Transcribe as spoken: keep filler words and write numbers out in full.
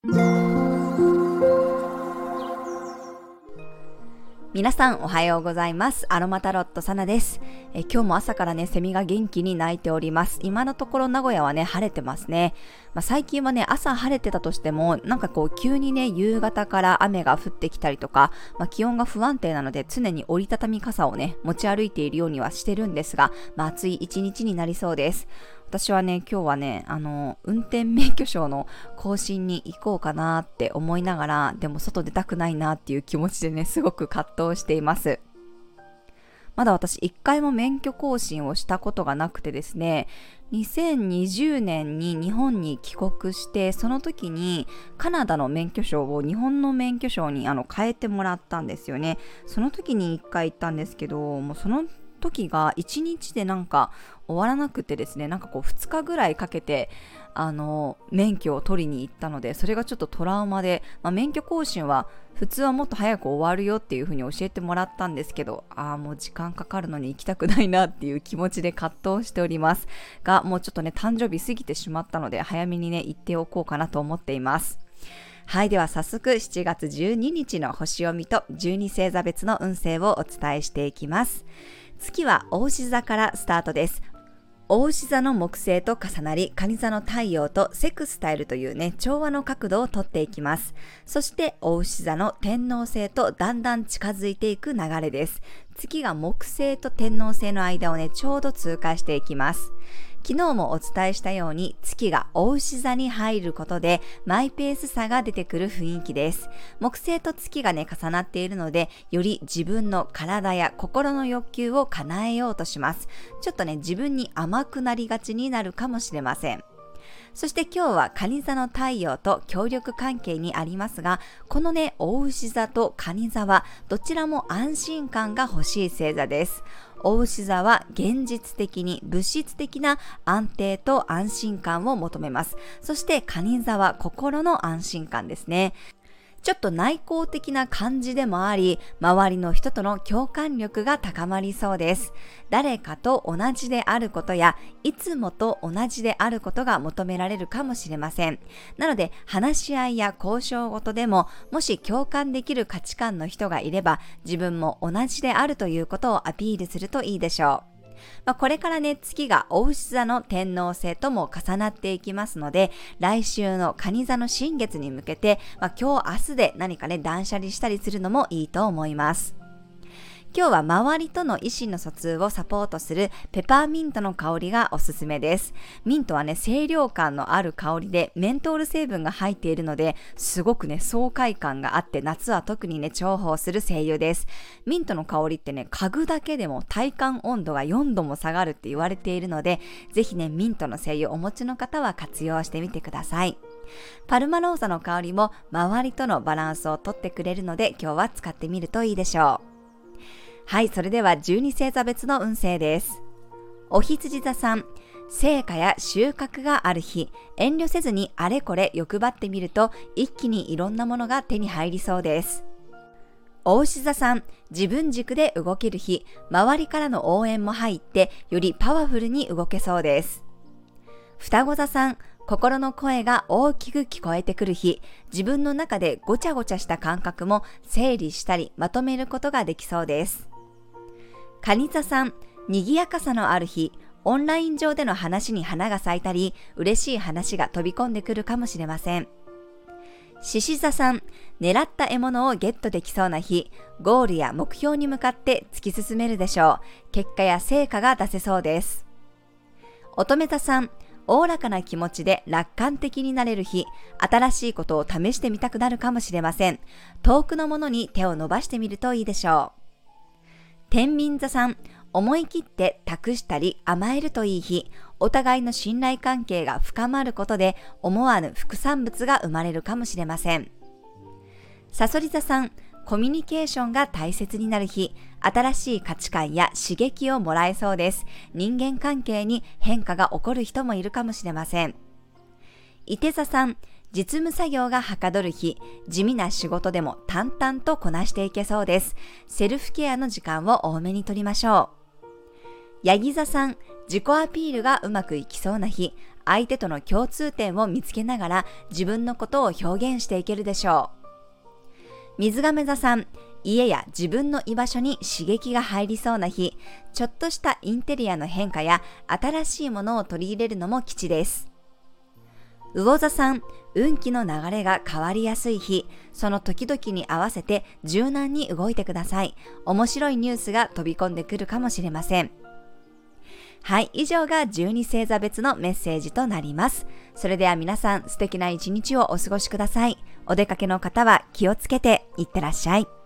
皆さんおはようございます。アロマタロットサナです。え今日も朝からねセミが元気に鳴いております。今のところ名古屋はね晴れてますね。まあ、最近はね朝晴れてたとしてもなんかこう急にね夕方から雨が降ってきたりとか、まあ、気温が不安定なので常に折りたたみ傘をね持ち歩いているようにはしてるんですが、まあ、暑い一日になりそうです。私はね今日はねあの運転免許証の更新に行こうかなって思いながら、でも外出たくないなっていう気持ちでねすごく葛藤しています。まだ私一回も免許更新をしたことがなくてですね、にせんにじゅうねんに日本に帰国して、その時にカナダの免許証を日本の免許証にあの変えてもらったんですよね。その時に一回行ったんですけど、もうその時がいちにちでなんか終わらなくてですね、なんかこうふつかぐらいかけてあの免許を取りに行ったので、それがちょっとトラウマで、まあ、免許更新は普通はもっと早く終わるよっていう風に教えてもらったんですけど、ああもう時間かかるのに行きたくないなっていう気持ちで葛藤しておりますが、もうちょっとね誕生日過ぎてしまったので早めにね行っておこうかなと思っています。はい、では早速しちがつじゅうににちの星読みとじゅうに星座別の運勢をお伝えしていきます。月は牡牛座からスタートです。牡牛座の木星と重なり、蟹座の太陽とセクスタイルというね調和の角度をとっていきます。そして牡牛座の天王星とだんだん近づいていく流れです。月が木星と天王星の間をねちょうど通過していきます。昨日もお伝えしたように月が牡牛座に入ることでマイペースさが出てくる雰囲気です。木星と月がね重なっているので、より自分の体や心の欲求を叶えようとします。ちょっとね自分に甘くなりがちになるかもしれません。そして今日は蟹座の太陽と協力関係にありますが、このね牡牛座と蟹座はどちらも安心感が欲しい星座です。牡牛座は現実的に物質的な安定と安心感を求めます。そして蟹座は心の安心感ですね。ちょっと内向的な感じでもあり、周りの人との共感力が高まりそうです。誰かと同じであることや、いつもと同じであることが求められるかもしれません。なので、話し合いや交渉ごとでも、もし共感できる価値観の人がいれば、自分も同じであるということをアピールするといいでしょう。まあ、これからね月が牡牛座の天王星とも重なっていきますので、来週の蟹座の新月に向けて、まあ、今日明日で何かね断捨離したりするのもいいと思います。今日は周りとの意思の疎通をサポートするペパーミントの香りがおすすめです。ミントはね清涼感のある香りでメントール成分が入っているので、すごくね爽快感があって、夏は特にね重宝する精油です。ミントの香りってね嗅ぐだけでも体感温度がよんども下がるって言われているので、ぜひねミントの精油お持ちの方は活用してみてください。パルマローサの香りも周りとのバランスをとってくれるので、今日は使ってみるといいでしょう。はい、それではじゅうに星座別の運勢です。お羊座さん、成果や収穫がある日、遠慮せずにあれこれ欲張ってみると一気にいろんなものが手に入りそうです。お牛座さん、自分軸で動ける日、周りからの応援も入ってよりパワフルに動けそうです。双子座さん、心の声が大きく聞こえてくる日、自分の中でごちゃごちゃした感覚も整理したりまとめることができそうです。蟹座さん、賑やかさのある日、オンライン上での話に花が咲いたり、嬉しい話が飛び込んでくるかもしれません。獅子座さん、狙った獲物をゲットできそうな日、ゴールや目標に向かって突き進めるでしょう。結果や成果が出せそうです。乙女座さん、おおらかな気持ちで楽観的になれる日、新しいことを試してみたくなるかもしれません。遠くのものに手を伸ばしてみるといいでしょう。天秤座さん、思い切って託したり甘えるといい日、お互いの信頼関係が深まることで思わぬ副産物が生まれるかもしれません。蠍座さん、コミュニケーションが大切になる日、新しい価値観や刺激をもらえそうです。人間関係に変化が起こる人もいるかもしれません。射手座さん、実務作業がはかどる日、地味な仕事でも淡々とこなしていけそうです。セルフケアの時間を多めに取りましょう。ヤギ座さん、自己アピールがうまくいきそうな日、 相手との共通点を見つけながら自分のことを表現していけるでしょう。水亀座さん、家や自分の居場所に刺激が入りそうな日、ちょっとしたインテリアの変化や新しいものを取り入れるのも吉です。魚座さん、運気の流れが変わりやすい日、その時々に合わせて柔軟に動いてください。面白いニュースが飛び込んでくるかもしれません。はい、以上がじゅうに星座別のメッセージとなります。それでは皆さん、素敵な一日をお過ごしください。お出かけの方は気をつけていってらっしゃい。